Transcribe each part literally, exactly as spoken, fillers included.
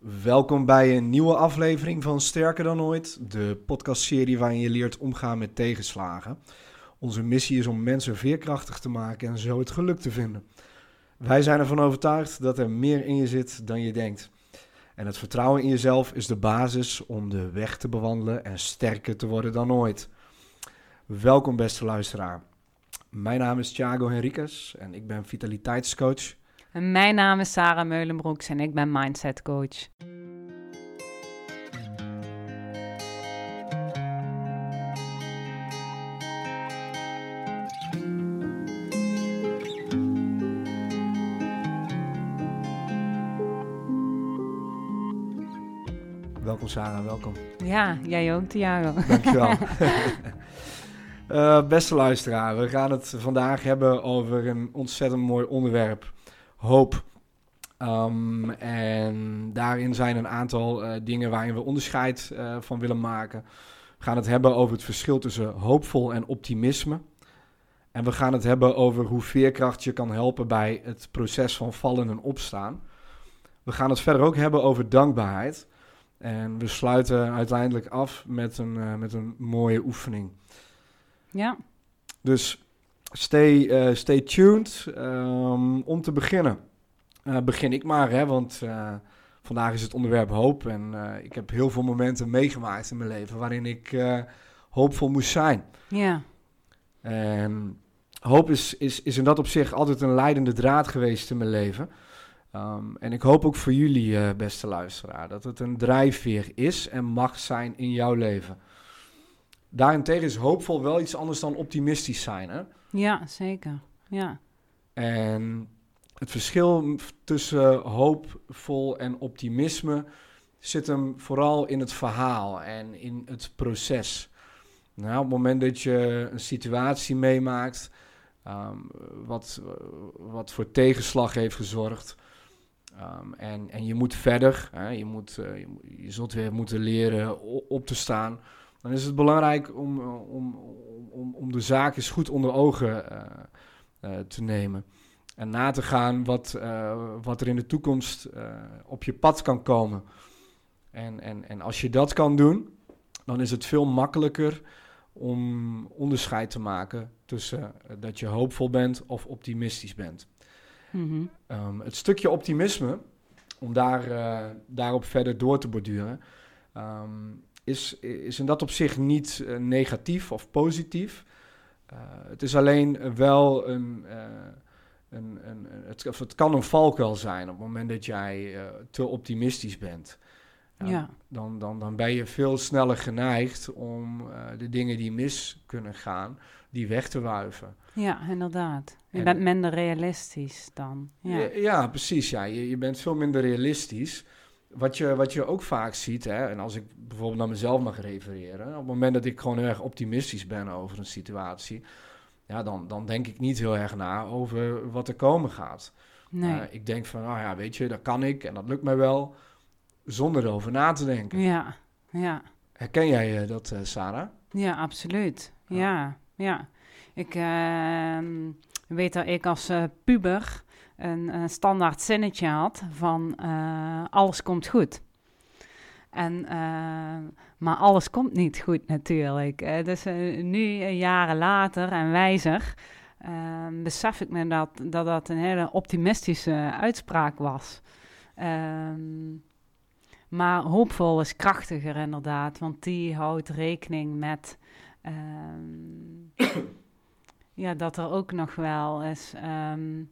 Welkom bij een nieuwe aflevering van Sterker dan ooit, de podcastserie waarin je leert omgaan met tegenslagen. Onze missie is om mensen veerkrachtig te maken en zo het geluk te vinden. Wij zijn ervan overtuigd dat er meer in je zit dan je denkt. En het vertrouwen in jezelf is de basis om de weg te bewandelen en sterker te worden dan ooit. Welkom beste luisteraar. Mijn naam is Thiago Henriques en ik ben vitaliteitscoach. En mijn naam is Sarah Meulenbroeks en ik ben mindset coach. Welkom Sarah, welkom. Ja, jij ook Thiago. Dankjewel. uh, beste luisteraar, we gaan het vandaag hebben over een ontzettend mooi onderwerp. Hoop. Um, en daarin zijn een aantal uh, dingen waarin we onderscheid uh, van willen maken. We gaan het hebben over het verschil tussen hoopvol en optimisme. En we gaan het hebben over hoe veerkracht je kan helpen bij het proces van vallen en opstaan. We gaan het verder ook hebben over dankbaarheid. En we sluiten uiteindelijk af met een, uh, met een mooie oefening. Ja. Dus stay, uh, stay tuned. Um, om te beginnen. Uh, begin ik maar, hè, want uh, vandaag is het onderwerp hoop. En uh, ik heb heel veel momenten meegemaakt in mijn leven waarin ik uh, hoopvol moest zijn. Ja. En hoop is, is, is in dat opzicht altijd een leidende draad geweest in mijn leven. Um, en ik hoop ook voor jullie, uh, beste luisteraar, dat het een drijfveer is en mag zijn in jouw leven. Daarentegen is hoopvol wel iets anders dan optimistisch zijn, hè? Ja, zeker. Ja. En het verschil tussen hoopvol en optimisme zit hem vooral in het verhaal en in het proces. Nou, op het moment dat je een situatie meemaakt, um, wat, wat voor tegenslag heeft gezorgd, um, en, en je moet verder, hè, je, moet, uh, je, je zult weer moeten leren op te staan, dan is het belangrijk om, om, om, om de zaak eens goed onder ogen uh, uh, te nemen. En na te gaan wat, uh, wat er in de toekomst uh, op je pad kan komen. En, en, en als je dat kan doen, dan is het veel makkelijker om onderscheid te maken tussen uh, dat je hoopvol bent of optimistisch bent. Mm-hmm. Um, het stukje optimisme, om daar, uh, daarop verder door te borduren, um, is, is in dat opzicht niet uh, negatief of positief. Uh, het is alleen wel een... Uh, Een, een, het, of het kan een valkuil zijn op het moment dat jij uh, te optimistisch bent. Ja, ja. Dan, dan, dan ben je veel sneller geneigd om uh, de dingen die mis kunnen gaan, die weg te wuiven. Ja, inderdaad. Je en, bent minder realistisch dan. Ja, ja, ja precies. Ja. Je, je bent veel minder realistisch. Wat je, wat je ook vaak ziet, hè, en als ik bijvoorbeeld naar mezelf mag refereren, op het moment dat ik gewoon heel erg optimistisch ben over een situatie, ja, dan, dan denk ik niet heel erg na over wat er komen gaat. nee. Uh, ik denk van, nou ja, weet je, dat kan ik en dat lukt mij wel, zonder erover na te denken. Ja, ja. Herken jij uh, dat, uh, Sarah? Ja, absoluut. Ja, ja. ja. Ik uh, weet dat ik als uh, puber een, een standaard zinnetje had van uh, alles komt goed. En, uh, maar alles komt niet goed natuurlijk. Uh, dus uh, nu, uh, jaren later en wijzer, uh, besef ik me dat, dat dat een hele optimistische uitspraak was. Um, maar hoopvol is krachtiger inderdaad, want die houdt rekening met um, ja, dat er ook nog wel eens um,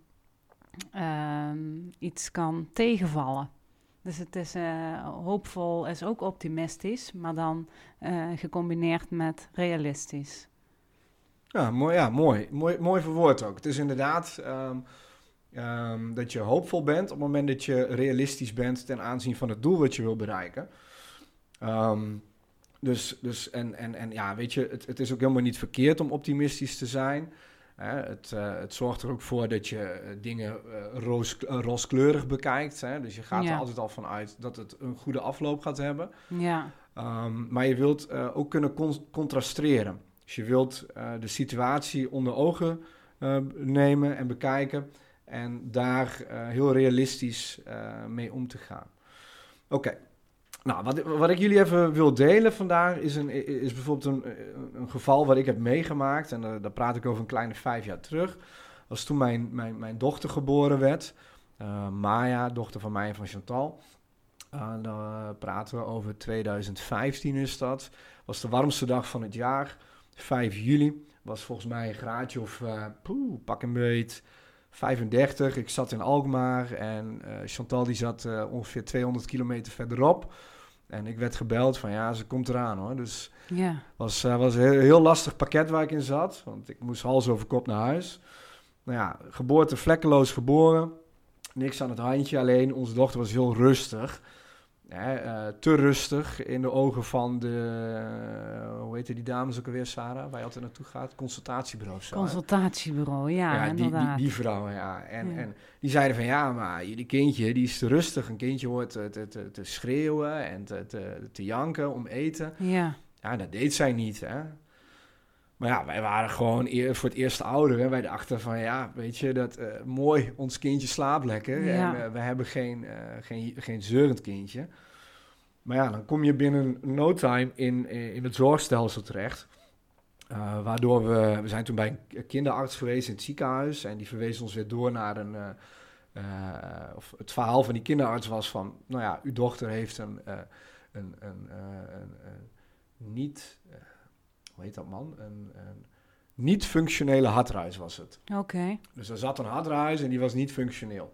um, iets kan tegenvallen. Dus het is uh, hoopvol, is ook optimistisch, maar dan uh, gecombineerd met realistisch. Ja, mooi, ja, mooi. Mooi, mooi verwoord ook. Het is inderdaad um, um, dat je hoopvol bent op het moment dat je realistisch bent ten aanzien van het doel wat je wil bereiken. Um, dus, dus en, en, en ja, weet je, het, het is ook helemaal niet verkeerd om optimistisch te zijn. Hè, het, uh, het zorgt er ook voor dat je uh, dingen uh, roos, uh, rooskleurig bekijkt. Hè? Dus je gaat ja. er altijd al van uit dat het een goede afloop gaat hebben. Ja. Um, maar je wilt uh, ook kunnen con- contrasteren. Dus je wilt uh, de situatie onder ogen uh, nemen en bekijken. En daar uh, heel realistisch uh, mee om te gaan. Okay. Nou, wat, wat ik jullie even wil delen vandaag is, een, is bijvoorbeeld een, een geval wat ik heb meegemaakt. En uh, daar praat ik over een kleine vijf jaar terug. Dat was toen mijn, mijn, mijn dochter geboren werd. Uh, Maya, dochter van mij en van Chantal. Uh, dan uh, praten we over twintig vijftien is dat. Was de warmste dag van het jaar. vijf juli. Was volgens mij een graadje of uh, poeh, pak een beet vijfendertig. Ik zat in Alkmaar en uh, Chantal die zat uh, ongeveer tweehonderd kilometer verderop. En ik werd gebeld van ja, ze komt eraan hoor. Dus het Ja. was, uh, was een heel, heel lastig pakket waar ik in zat. Want ik moest hals over kop naar huis. Nou ja, geboorte vlekkeloos geboren. Niks aan het handje, alleen onze dochter was heel rustig. Hè, uh, te rustig in de ogen van de, uh, hoe heet die dames ook alweer, Sarah, waar je altijd naartoe gaat? Consultatiebureau. Of zo, Consultatiebureau, ja, ja, die, inderdaad. die, die vrouwen, ja. En, Ja. en die zeiden van, ja, maar jullie kindje, die is te rustig. Een kindje hoort te, te, te, te schreeuwen en te, te, te janken om eten. Ja, Ja, dat deed zij niet, hè. Maar ja, wij waren gewoon eer, voor het eerste ouder. Hè. Wij dachten van, ja, weet je, dat uh, mooi, ons kindje slaapt lekker. Ja. En uh, we hebben geen, uh, geen, geen zeurend kindje. Maar ja, dan kom je binnen no time in, in het zorgstelsel terecht. Uh, waardoor we, we zijn toen bij een kinderarts geweest in het ziekenhuis. En die verwees ons weer door naar een, uh, uh, of het verhaal van die kinderarts was van, nou ja, uw dochter heeft een, uh, een, een, uh, een, een niet... Uh, hoe heet dat man? Een, een niet-functionele hartruis was het. oké. Okay. Dus er zat een hartruis en die was niet functioneel.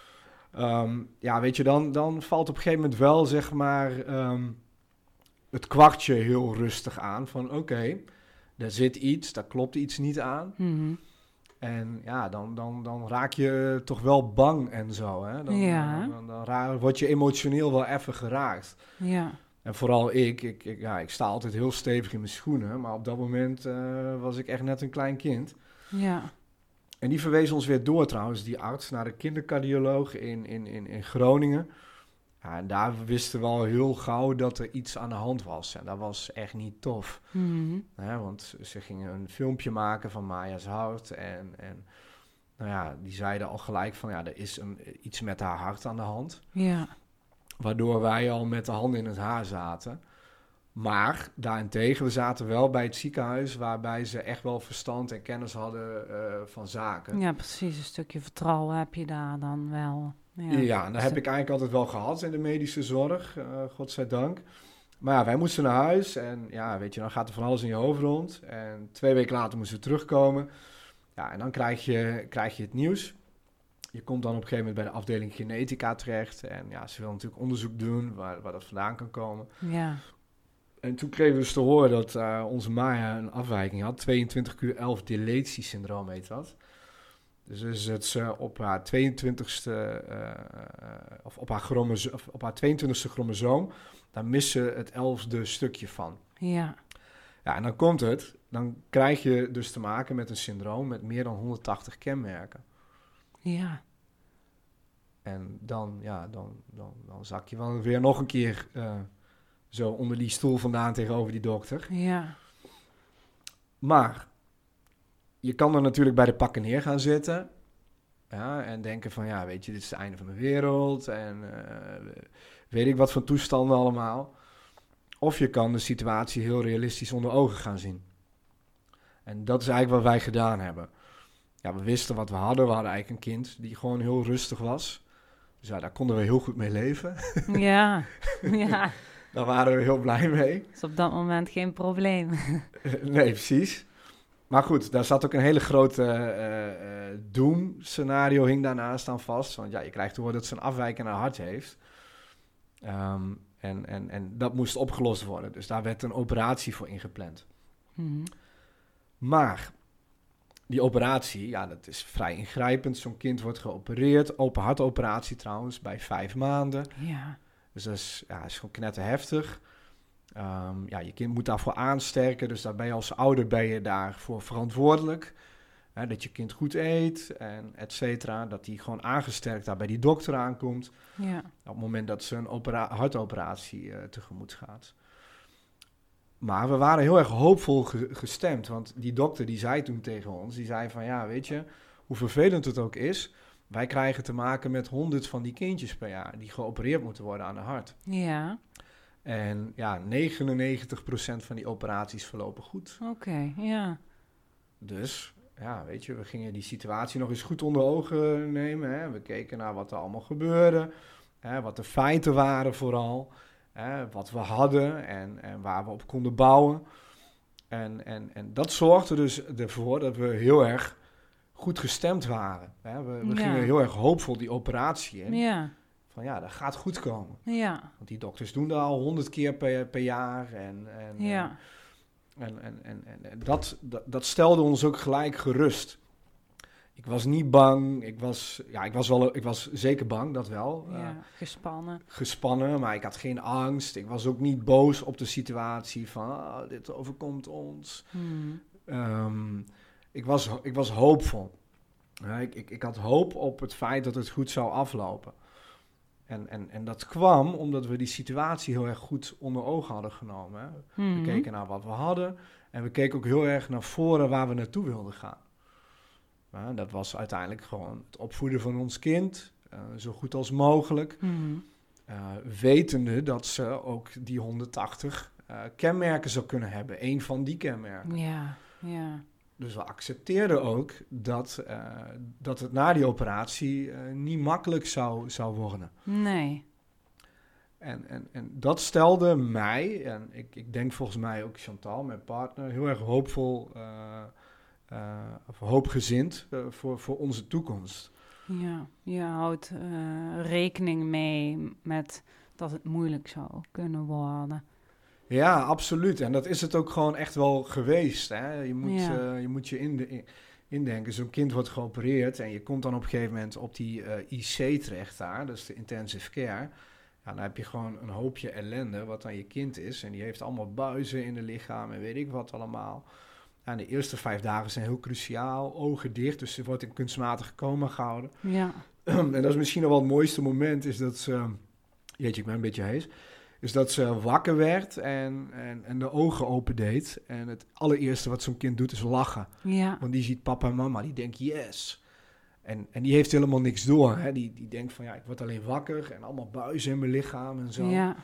Um, ja, weet je, dan, dan valt op een gegeven moment wel, zeg maar, um, het kwartje heel rustig aan. Van oké, okay, daar zit iets, daar klopt iets niet aan. Mm-hmm. En ja, dan, dan, dan raak je toch wel bang en zo. Hè? Dan, Ja. dan, dan, dan raak, word je emotioneel wel even geraakt. Ja. En vooral ik, ik, ik, ja, ik sta altijd heel stevig in mijn schoenen. Maar op dat moment uh, was ik echt net een klein kind. Ja. En die verwees ons weer door trouwens, die arts, naar de kindercardioloog in, in, in, in Groningen. Ja, en daar wisten we al heel gauw dat er iets aan de hand was. En dat was echt niet tof. Mm-hmm. Ja, want ze gingen een filmpje maken van Maya's hart. En, en nou ja, die zeiden al gelijk van, ja, er is een, iets met haar hart aan de hand. Ja. Waardoor wij al met de handen in het haar zaten. Maar daarentegen, we zaten wel bij het ziekenhuis waarbij ze echt wel verstand en kennis hadden uh, van zaken. Ja, precies. Een stukje vertrouwen heb je daar dan wel. Ja, ja en dat heb ik eigenlijk altijd wel gehad in de medische zorg, uh, godzijdank. Maar ja, wij moesten naar huis en ja, weet je, dan gaat er van alles in je hoofd rond. En twee weken later moesten we terugkomen. Ja, en dan krijg je, krijg je het nieuws. Je komt dan op een gegeven moment bij de afdeling genetica terecht. En ja, ze willen natuurlijk onderzoek doen waar, waar dat vandaan kan komen. Ja. En toen kregen we dus te horen dat uh, onze Maya een afwijking had. tweeëntwintig Q elf deletiesyndroom heet dat. Dus is het uh, op haar tweeëntwintigste uh, uh, of op haar, chromoso- of op haar tweeëntwintigste chromosoom, daar missen het elfde stukje van. Ja. Ja, en dan komt het. Dan krijg je dus te maken met een syndroom met meer dan honderdtachtig kenmerken. Ja. En dan, ja, dan, dan, dan zak je wel weer nog een keer uh, zo onder die stoel vandaan tegenover die dokter. Ja. Maar je kan er natuurlijk bij de pakken neer gaan zitten. Ja, en denken van, ja, weet je, dit is het einde van de wereld. En uh, weet ik wat voor toestanden allemaal. Of je kan de situatie heel realistisch onder ogen gaan zien. En dat is eigenlijk wat wij gedaan hebben. Ja, we wisten wat we hadden. We hadden eigenlijk een kind die gewoon heel rustig was. Dus ja, daar konden we heel goed mee leven. Ja. Ja. Daar waren we heel blij mee. Dat is op dat moment geen probleem. Nee, precies. Maar goed, daar zat ook een hele grote uh, uh, doom-scenario hing daarnaast aan vast. Want ja, je krijgt te horen dat ze een afwijkende hart heeft. Um, en, en, en dat moest opgelost worden. Dus daar werd een operatie voor ingepland. Mm-hmm. Maar die operatie, ja, dat is vrij ingrijpend. Zo'n kind wordt geopereerd. Open hartoperatie trouwens, bij vijf maanden. Ja. Dus dat is, ja, is gewoon knetterheftig. Um, ja, je kind moet daarvoor aansterken. Dus daar ben je als ouder ben je daarvoor verantwoordelijk. Hè, dat je kind goed eet en et cetera. Dat die gewoon aangesterkt daar bij die dokter aankomt. Ja. Op het moment dat ze een opera- hartoperatie uh, tegemoet gaat. Maar we waren heel erg hoopvol ge- gestemd. Want die dokter die zei toen tegen ons, die zei van ja, weet je, hoe vervelend het ook is, wij krijgen te maken met honderd van die kindjes per jaar die geopereerd moeten worden aan de hart. Ja. En ja, negenennegentig procent van die operaties verlopen goed. Oké, okay, ja. Dus, ja, weet je, we gingen die situatie nog eens goed onder ogen nemen. Hè. We keken naar wat er allemaal gebeurde, hè, wat de feiten waren vooral, hè, wat we hadden en, en waar we op konden bouwen. En, en, en dat zorgde dus ervoor dat we heel erg goed gestemd waren. Hè. We, we ja. gingen heel erg hoopvol die operatie in. Ja. Van ja, dat gaat goed komen. Ja. Want die dokters doen dat al honderd keer per, per jaar. En, en, ja. en, en, en, en, en dat, dat, dat stelde ons ook gelijk gerust. Ik was niet bang. Ik was, ja, ik was, wel, ik was zeker bang, dat wel. Ja, uh, gespannen. Gespannen, maar ik had geen angst. Ik was ook niet boos op de situatie van oh, dit overkomt ons. Hmm. Um, ik, was, ik was hoopvol. Uh, ik, ik, ik had hoop op het feit dat het goed zou aflopen. En, en, en dat kwam omdat we die situatie heel erg goed onder ogen hadden genomen. Hè. Hmm. We keken naar wat we hadden en we keken ook heel erg naar voren waar we naartoe wilden gaan. Uh, dat was uiteindelijk gewoon het opvoeden van ons kind, uh, zo goed als mogelijk. Hmm. Uh, wetende dat ze ook die honderdtachtig uh, kenmerken zou kunnen hebben. Eén van die kenmerken. Ja, ja. Dus we accepteerden ook dat, uh, dat het na die operatie uh, niet makkelijk zou, zou worden. Nee. En, en, en dat stelde mij, en ik, ik denk volgens mij ook Chantal, mijn partner, heel erg hoopvol, uh, uh, of hoopgezind uh, voor, voor onze toekomst. Ja, je houdt uh, rekening mee met dat het moeilijk zou kunnen worden. Ja, absoluut. En dat is het ook gewoon echt wel geweest. Hè? Je moet, ja. uh, je, moet je in de, in, indenken, zo'n kind wordt geopereerd en je komt dan op een gegeven moment op die uh, I C terecht daar, dus de intensive care. Ja, dan heb je gewoon een hoopje ellende wat dan je kind is. En die heeft allemaal buizen in het lichaam en weet ik wat allemaal. En de eerste vijf dagen zijn heel cruciaal, ogen dicht, dus ze wordt in kunstmatige coma gehouden. Ja. En dat is misschien nog wel het mooiste moment, is dat ze, jeetje, ik ben een beetje hees, is dat ze wakker werd en, en, en de ogen opendeed. En het allereerste wat zo'n kind doet is lachen. Ja. Want die ziet papa en mama, die denkt yes. En, en die heeft helemaal niks door. Hè? Die, die denkt van ja, ik word alleen wakker en allemaal buizen in mijn lichaam en zo. Ja.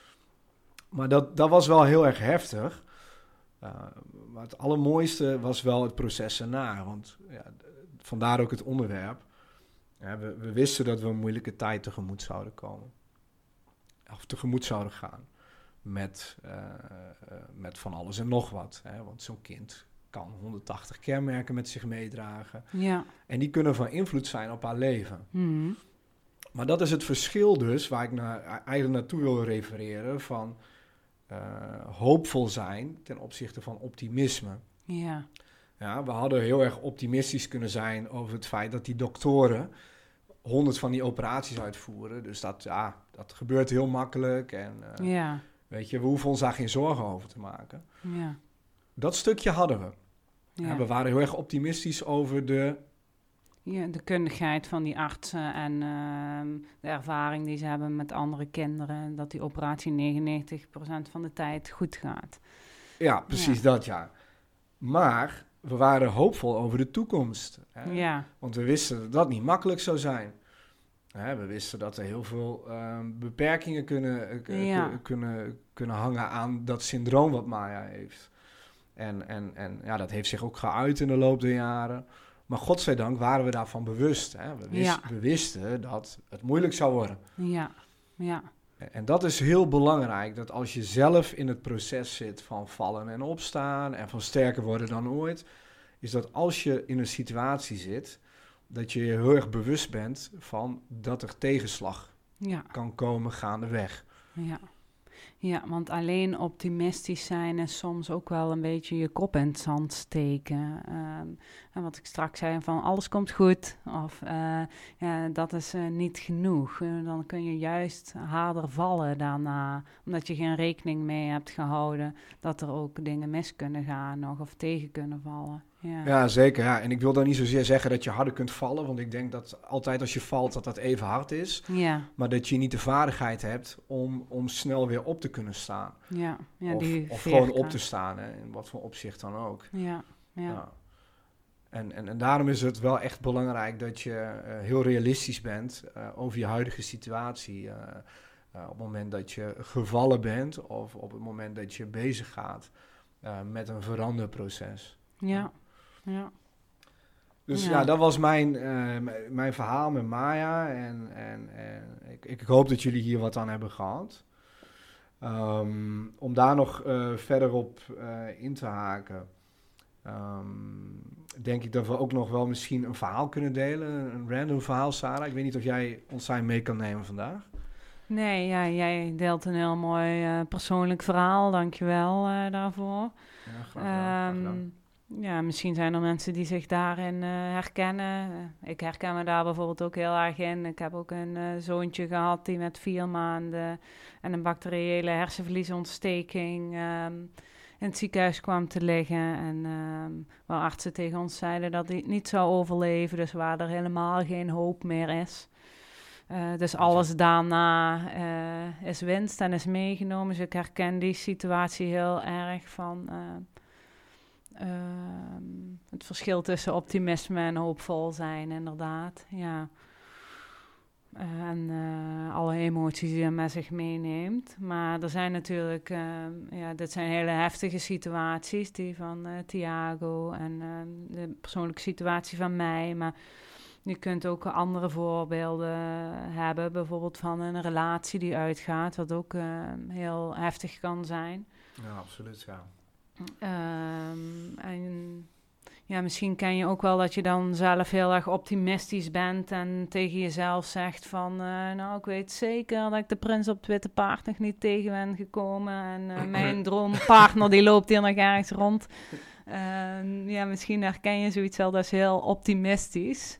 Maar dat, dat was wel heel erg heftig. Uh, maar het allermooiste was wel het proces erna. Want ja, vandaar ook het onderwerp. Ja, we, we wisten dat we een moeilijke tijd tegemoet zouden komen. Of tegemoet zouden gaan. Met, uh, uh, met van alles en nog wat. Hè? Want zo'n kind kan honderdtachtig kenmerken met zich meedragen. Ja. En die kunnen van invloed zijn op haar leven. Mm. Maar dat is het verschil dus, waar ik naar, eigenlijk naartoe wil refereren, van uh, hoopvol zijn ten opzichte van optimisme. Ja. Ja, we hadden heel erg optimistisch kunnen zijn over het feit dat die doktoren honderd van die operaties uitvoeren. Dus dat, ja, dat gebeurt heel makkelijk. En uh, ja. weet je, we hoeven ons daar geen zorgen over te maken. Ja. Dat stukje hadden we. Ja. Ja, we waren heel erg optimistisch over de... Ja, de kundigheid van die artsen en uh, de ervaring die ze hebben met andere kinderen. Dat die operatie negenennegentig procent van de tijd goed gaat. Ja, precies ja. dat, ja. Maar we waren hoopvol over de toekomst. Hè? Ja. Want we wisten dat dat niet makkelijk zou zijn. Hè, we wisten dat er heel veel uh, beperkingen kunnen, uh, ja. k- kunnen, kunnen hangen aan dat syndroom wat Maya heeft. En, en, en ja, dat heeft zich ook geuit in de loop der jaren. Maar godzijdank waren we daarvan bewust. Hè? We, wist, ja. we wisten dat het moeilijk zou worden. Ja, ja. En, en dat is heel belangrijk, dat als je zelf in het proces zit van vallen en opstaan en van sterker worden dan ooit, is dat als je in een situatie zit, dat je je heel erg bewust bent van dat er tegenslag ja. kan komen gaandeweg. Ja. Ja, want alleen optimistisch zijn is soms ook wel een beetje je kop in het zand steken. Um, en wat ik straks zei, van alles komt goed, of uh, ja, dat is uh, niet genoeg. Uh, dan kun je juist harder vallen daarna, omdat je geen rekening mee hebt gehouden dat er ook dingen mis kunnen gaan nog, of tegen kunnen vallen. Ja, ja zeker. Ja. En ik wil dan niet zozeer zeggen dat je harder kunt vallen, want ik denk dat altijd als je valt dat dat even hard is. Ja. Maar dat je niet de vaardigheid hebt om, om snel weer op te kunnen staan. Ja. Ja, of die of gewoon op te staan, hè, in wat voor opzicht dan ook. Ja, ja. ja. En, en, en daarom is het wel echt belangrijk dat je uh, heel realistisch bent uh, over je huidige situatie. Uh, uh, op het moment dat je gevallen bent of op het moment dat je bezig gaat uh, met een veranderproces. Ja, ja. Dus ja, ja dat was mijn, uh, m- mijn verhaal met Maya. En, en, en ik, ik hoop dat jullie hier wat aan hebben gehad. Um, om daar nog uh, verder op uh, in te haken. Um, denk ik dat we ook nog wel misschien een verhaal kunnen delen. Een random verhaal, Sarah. Ik weet niet of jij ons zijn mee kan nemen vandaag. Nee, ja, jij deelt een heel mooi uh, persoonlijk verhaal. Dankjewel uh, daarvoor. Ja, graag gedaan, Um, graag gedaan. Ja, misschien zijn er mensen die zich daarin uh, herkennen. Uh, ik herken me daar bijvoorbeeld ook heel erg in. Ik heb ook een uh, zoontje gehad die met vier maanden en een bacteriële hersenvliesontsteking um, in het ziekenhuis kwam te liggen. En um, waar artsen tegen ons zeiden dat hij het niet zou overleven. Dus waar er helemaal geen hoop meer is. Uh, dus alles daarna uh, is winst en is meegenomen. Dus ik herken die situatie heel erg van... Uh, Uh, het verschil tussen optimisme en hoopvol zijn, inderdaad. Ja. Uh, en uh, alle emoties die je met zich meeneemt. Maar er zijn natuurlijk, uh, ja, dit zijn hele heftige situaties, die van uh, Thiago en uh, de persoonlijke situatie van mij. Maar je kunt ook andere voorbeelden hebben, bijvoorbeeld van een relatie die uitgaat, wat ook uh, heel heftig kan zijn. Ja, absoluut, ja. Um, en ja, misschien ken je ook wel dat je dan zelf heel erg optimistisch bent en tegen jezelf zegt van, uh, nou, ik weet zeker dat ik de prins op het witte paard nog niet tegen ben gekomen en uh, mijn droompartner die loopt hier nog ergens rond. Uh, ja, misschien herken je zoiets wel, dat is heel optimistisch.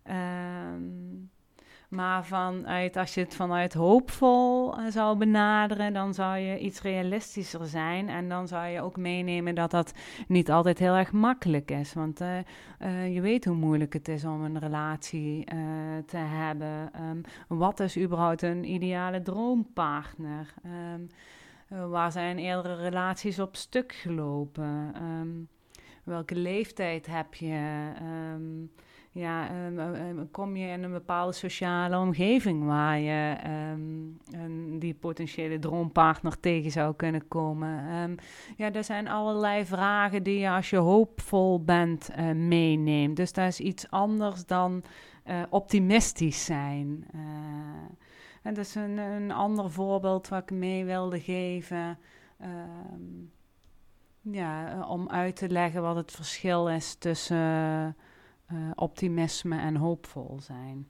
Um, Maar vanuit, als je het vanuit hoopvol uh, zou benaderen, dan zou je iets realistischer zijn. En dan zou je ook meenemen dat dat niet altijd heel erg makkelijk is. Want uh, uh, je weet hoe moeilijk het is om een relatie uh, te hebben. Um, wat is überhaupt een ideale droompartner? Um, uh, waar zijn eerdere relaties op stuk gelopen? Um, welke leeftijd heb je? Um, Ja, um, um, kom je in een bepaalde sociale omgeving waar je um, een, die potentiële droompartner tegen zou kunnen komen. Um, ja, er zijn allerlei vragen die je als je hoopvol bent uh, meeneemt. Dus dat is iets anders dan uh, optimistisch zijn. Uh, en dat is een, een ander voorbeeld wat ik mee wilde geven. Um, ja, om uit te leggen wat het verschil is tussen... Uh, Uh, optimisme en hoopvol zijn.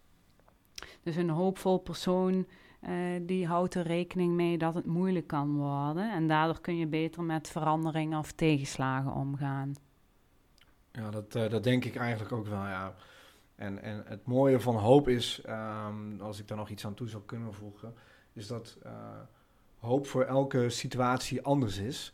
Dus een hoopvol persoon uh, die houdt er rekening mee dat het moeilijk kan worden en daardoor kun je beter met veranderingen of tegenslagen omgaan. Ja, dat, uh, dat denk ik eigenlijk ook wel, ja. En, en het mooie van hoop is, um, als ik daar nog iets aan toe zou kunnen voegen, is dat uh, hoop voor elke situatie anders is.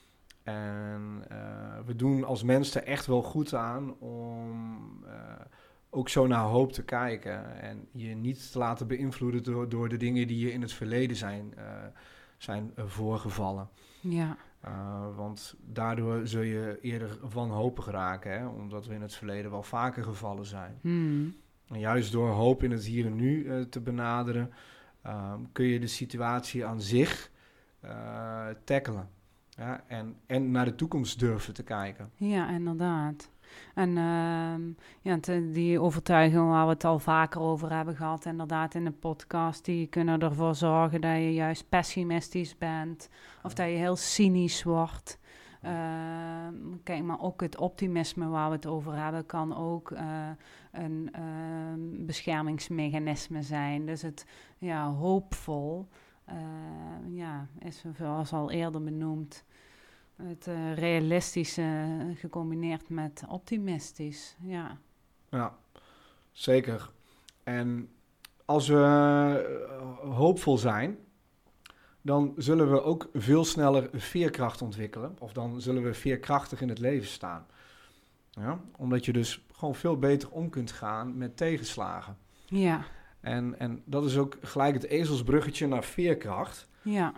En uh, we doen als mensen er echt wel goed aan om uh, ook zo naar hoop te kijken. En je niet te laten beïnvloeden door, door de dingen die je in het verleden zijn, uh, zijn uh, voorgevallen. Ja. Uh, want daardoor zul je eerder wanhopig raken, hè? Omdat we in het verleden wel vaker gevallen zijn. Hmm. En juist door hoop in het hier en nu uh, te benaderen, uh, kun je de situatie aan zich uh, tackelen. Ja, en, en naar de toekomst durven te kijken. Ja, inderdaad. En uh, ja, te, die overtuigingen waar we het al vaker over hebben gehad, inderdaad in de podcast, die kunnen ervoor zorgen dat je juist pessimistisch bent of dat je heel cynisch wordt. Uh, kijk, maar ook het optimisme waar we het over hebben kan ook uh, een uh, beschermingsmechanisme zijn. Dus het ja, hoopvol uh, ja, is zoals al eerder benoemd. Het uh, realistische uh, gecombineerd met optimistisch, ja. Ja, zeker. En als we uh, hoopvol zijn, dan zullen we ook veel sneller veerkracht ontwikkelen. Of dan zullen we veerkrachtig in het leven staan. Ja? Omdat je dus gewoon veel beter om kunt gaan met tegenslagen. Ja. En, en dat is ook gelijk het ezelsbruggetje naar veerkracht. Ja.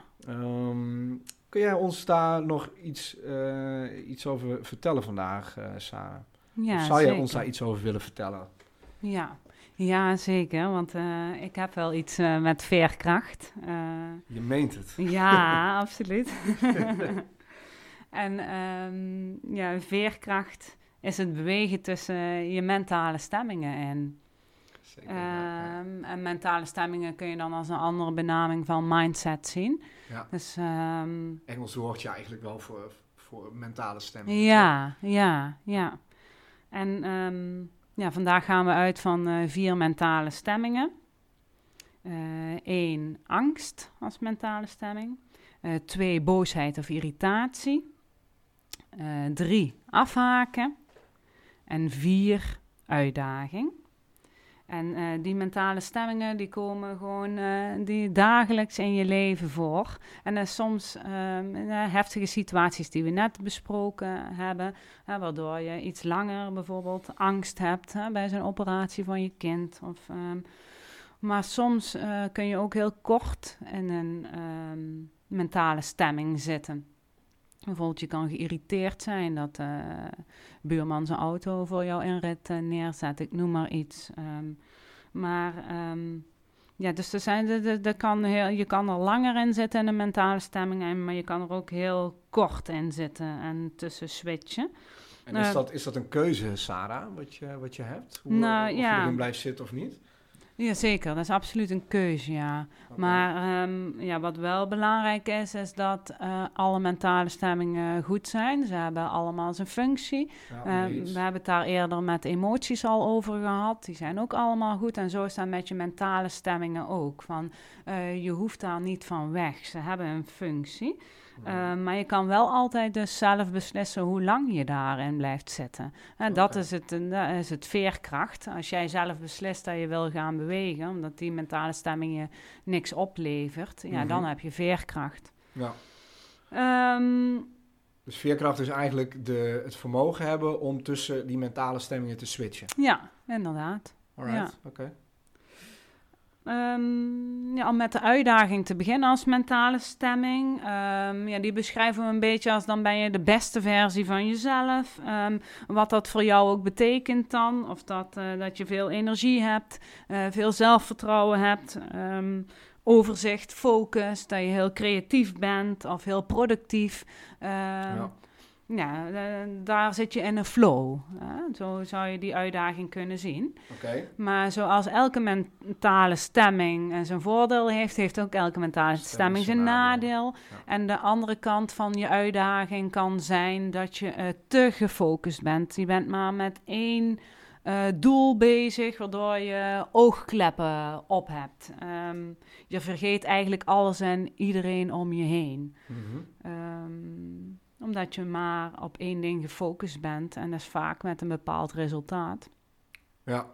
Um, kun jij ons daar nog iets, uh, iets over vertellen vandaag, uh, Sarah? Ja, of zou zeker. je ons daar iets over willen vertellen? Ja, ja zeker. Want uh, ik heb wel iets uh, met veerkracht. Uh, je meent het. Ja, absoluut. En um, ja, veerkracht is het bewegen tussen je mentale stemmingen in. Zeker, um, ja, ja. En mentale stemmingen kun je dan als een andere benaming van mindset zien. Ja. Dus, um, Engels woordje eigenlijk wel voor, voor mentale stemmingen. Ja, ja, ja. En um, ja, vandaag gaan we uit van uh, vier mentale stemmingen. Eén, uh, angst als mentale stemming. Uh, twee, boosheid of irritatie. Uh, drie, afhaken. En vier, uitdaging. En uh, die mentale stemmingen die komen gewoon uh, die dagelijks in je leven voor. En uh, soms um, uh, heftige situaties die we net besproken hebben, uh, waardoor je iets langer bijvoorbeeld angst hebt uh, bij zo'n operatie van je kind. Of, um, maar soms uh, kun je ook heel kort in een um, mentale stemming zitten. Bijvoorbeeld, je kan geïrriteerd zijn dat de uh, buurman zijn auto voor jou in rit uh, neerzet. Ik noem maar iets. Um, maar um, ja, dus er zijn, de, de, de kan heel, je kan er langer in zitten in een mentale stemming, maar je kan er ook heel kort in zitten en tussen switchen. En is, uh, dat, is dat een keuze, Sarah, wat je, wat je hebt? Hoe, nou, of ja. je erin blijft zitten of niet? Jazeker, dat is absoluut een keuze, ja. Okay. Maar um, ja, wat wel belangrijk is, is dat uh, alle mentale stemmingen goed zijn. Ze hebben allemaal zijn functie. Ja, uh, we hebben het daar eerder met emoties al over gehad. Die zijn ook allemaal goed. En zo is dat met je mentale stemmingen ook. Van, uh, je hoeft daar niet van weg. Ze hebben een functie. Uh, maar je kan wel altijd dus zelf beslissen hoe lang je daarin blijft zitten. En okay. dat, is het, dat is het veerkracht. Als jij zelf beslist dat je wil gaan bewegen, omdat die mentale stemming je niks oplevert, mm-hmm. ja, dan heb je veerkracht. Ja. Um, dus veerkracht is eigenlijk de, het vermogen hebben om tussen die mentale stemmingen te switchen. Ja, inderdaad. Alright, ja. oké. Okay. Um, ja, om met de uitdaging te beginnen als mentale stemming. Um, ja, die beschrijven we een beetje als dan ben je de beste versie van jezelf. Um, wat dat voor jou ook betekent dan. Of dat, uh, dat je veel energie hebt, uh, veel zelfvertrouwen hebt, um, overzicht, focus, dat je heel creatief bent of heel productief. Um, ja. Ja, uh, daar zit je in een flow. Hè? Zo zou je die uitdaging kunnen zien. Okay. Maar zoals elke mentale stemming zijn voordeel heeft, heeft ook elke mentale stemming, stemming zijn nadeel. nadeel. Ja. En de andere kant van je uitdaging kan zijn dat je uh, te gefocust bent. Je bent maar met één uh, doel bezig, waardoor je oogkleppen op hebt. Um, je vergeet eigenlijk alles en iedereen om je heen. Mm-hmm. Um, omdat je maar op één ding gefocust bent. En dat is vaak met een bepaald resultaat. Ja.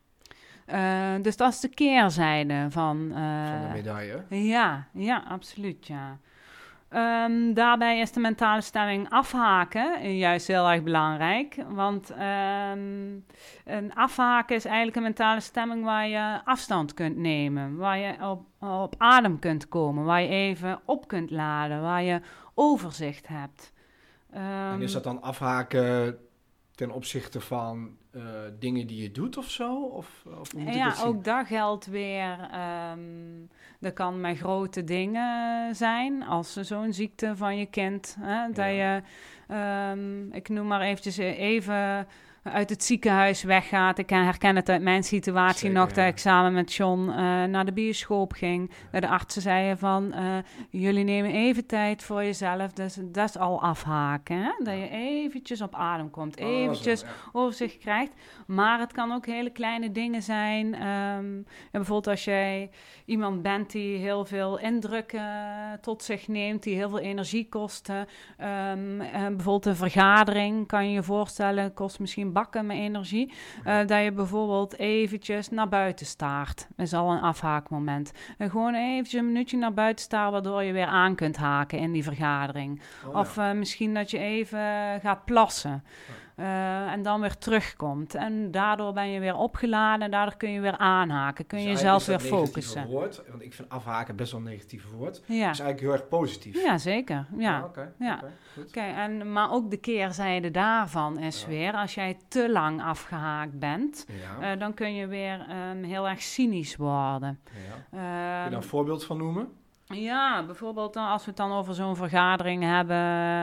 Uh, dus dat is de keerzijde van... Uh, van de medaille. Ja, ja, absoluut, ja. Um, daarbij is de mentale stemming afhaken juist heel erg belangrijk. Want um, een afhaken is eigenlijk een mentale stemming waar je afstand kunt nemen. Waar je op, op adem kunt komen. Waar je even op kunt laden. Waar je overzicht hebt. Um, en is dat dan afhaken ten opzichte van uh, dingen die je doet of zo? Of, of hoe moet ja, ik dat zien? ook dat geldt weer. Um, dat kan met grote dingen zijn, als zo'n ziekte van je kind. Hè, dat ja. je, um, ik noem maar eventjes even... uit het ziekenhuis weggaat. Ik herken het uit mijn situatie Zeker, nog... dat ja. ik samen met John uh, naar de bioscoop ging. Ja. De artsen zeiden van... Uh, jullie nemen even tijd voor jezelf. Dus dat is al afhaken. Hè? Dat je eventjes op adem komt. Oh, eventjes zo, ja. overzicht krijgt. Maar het kan ook hele kleine dingen zijn. Um, ja, bijvoorbeeld als jij iemand bent... die heel veel indrukken uh, tot zich neemt... die heel veel energie kosten. Um, uh, bijvoorbeeld een vergadering... kan je je voorstellen... kost misschien bakken met energie, uh, dat je bijvoorbeeld eventjes naar buiten staart. Dat is al een afhaakmoment. En gewoon eventjes een minuutje naar buiten staren, waardoor je weer aan kunt haken in die vergadering. Oh, ja. Of uh, misschien dat je even gaat plassen. Uh, en dan weer terugkomt. En daardoor ben je weer opgeladen en daardoor kun je weer aanhaken. Kun je dus jezelf weer focussen. Woord, want ik vind afhaken best wel een negatief woord. Ja. Dat is eigenlijk heel erg positief. Ja, zeker. Ja. Ah, Oké, ja. okay, goed. Okay, en maar ook de keerzijde daarvan is ja. weer, als jij te lang afgehaakt bent, ja. uh, dan kun je weer um, heel erg cynisch worden. Ja. Uh, kun je daar een voorbeeld van noemen? Ja, bijvoorbeeld als we het dan over zo'n vergadering hebben.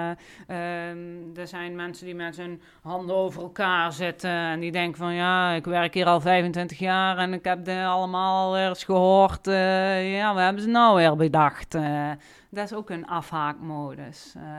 Uh, er zijn mensen die met hun handen over elkaar zitten en die denken van ja, ik werk hier al vijfentwintig jaar en ik heb dit allemaal eens gehoord. Uh, ja, we hebben ze nou weer bedacht. Uh, dat is ook een afhaakmodus. Uh,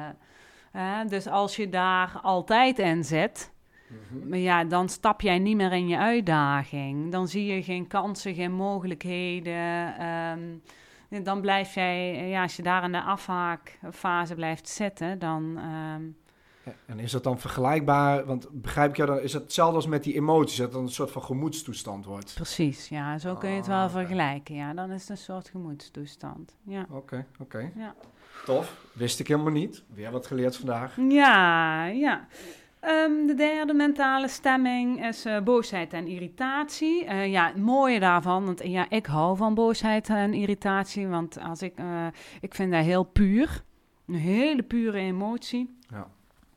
uh, dus als je daar altijd in zit, mm-hmm. ja, dan stap jij niet meer in je uitdaging. Dan zie je geen kansen, geen mogelijkheden. Um, Dan blijf jij, ja, als je daar in de afhaakfase blijft zitten, dan... Um... Ja, en is dat dan vergelijkbaar, want begrijp ik jou dan, is het hetzelfde als met die emoties, dat het dan een soort van gemoedstoestand wordt? Precies, ja, zo kun je het wel oh, okay. vergelijken, ja. Dan is het een soort gemoedstoestand, ja. Oké, okay, oké. Okay. Ja. Tof, wist ik helemaal niet. Weer wat geleerd vandaag. Ja, ja. Um, de derde mentale stemming is uh, boosheid en irritatie. Uh, ja, het mooie daarvan, want ja, ik hou van boosheid en irritatie, want als ik, uh, ik vind dat heel puur. Een hele pure emotie. Ja.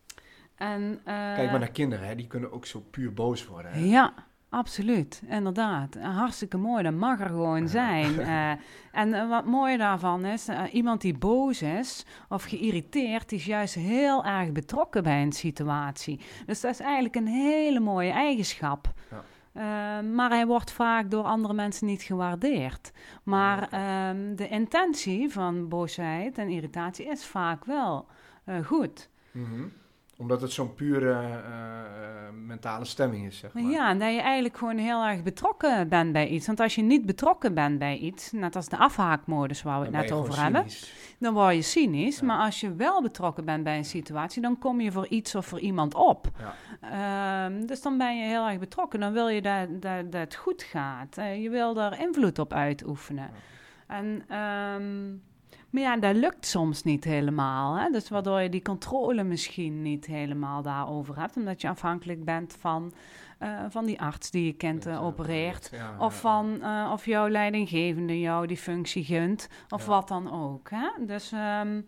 En, uh, Kijk maar naar kinderen, hè? Die kunnen ook zo puur boos worden. Hè? Ja, absoluut. Inderdaad. Hartstikke mooi, dat mag er gewoon zijn. uh, en uh, wat mooi daarvan is, uh, iemand die boos is of geïrriteerd, die is juist heel erg betrokken bij een situatie. Dus dat is eigenlijk een hele mooie eigenschap. Ja. Uh, maar hij wordt vaak door andere mensen niet gewaardeerd. Maar uh, de intentie van boosheid en irritatie is vaak wel uh, goed. Mm-hmm. Omdat het zo'n pure uh, mentale stemming is, zeg maar. Ja, en dat je eigenlijk gewoon heel erg betrokken bent bij iets. Want als je niet betrokken bent bij iets, net als de afhaakmodus waar we het net over hebben, dan word je cynisch. Ja. Maar als je wel betrokken bent bij een situatie, dan kom je voor iets of voor iemand op. Ja. Um, dus dan ben je heel erg betrokken. Dan wil je dat, dat, dat het goed gaat. Uh, je wil daar invloed op uitoefenen. Ja. En... Um, Maar ja, dat lukt soms niet helemaal. Hè? Dus waardoor je die controle misschien niet helemaal daarover hebt. Omdat je afhankelijk bent van, uh, van die arts die je kind uh, opereert. Ja, of ja, van uh, of jouw leidinggevende jou die functie gunt. Of ja. wat dan ook. Hè? Dus... Um,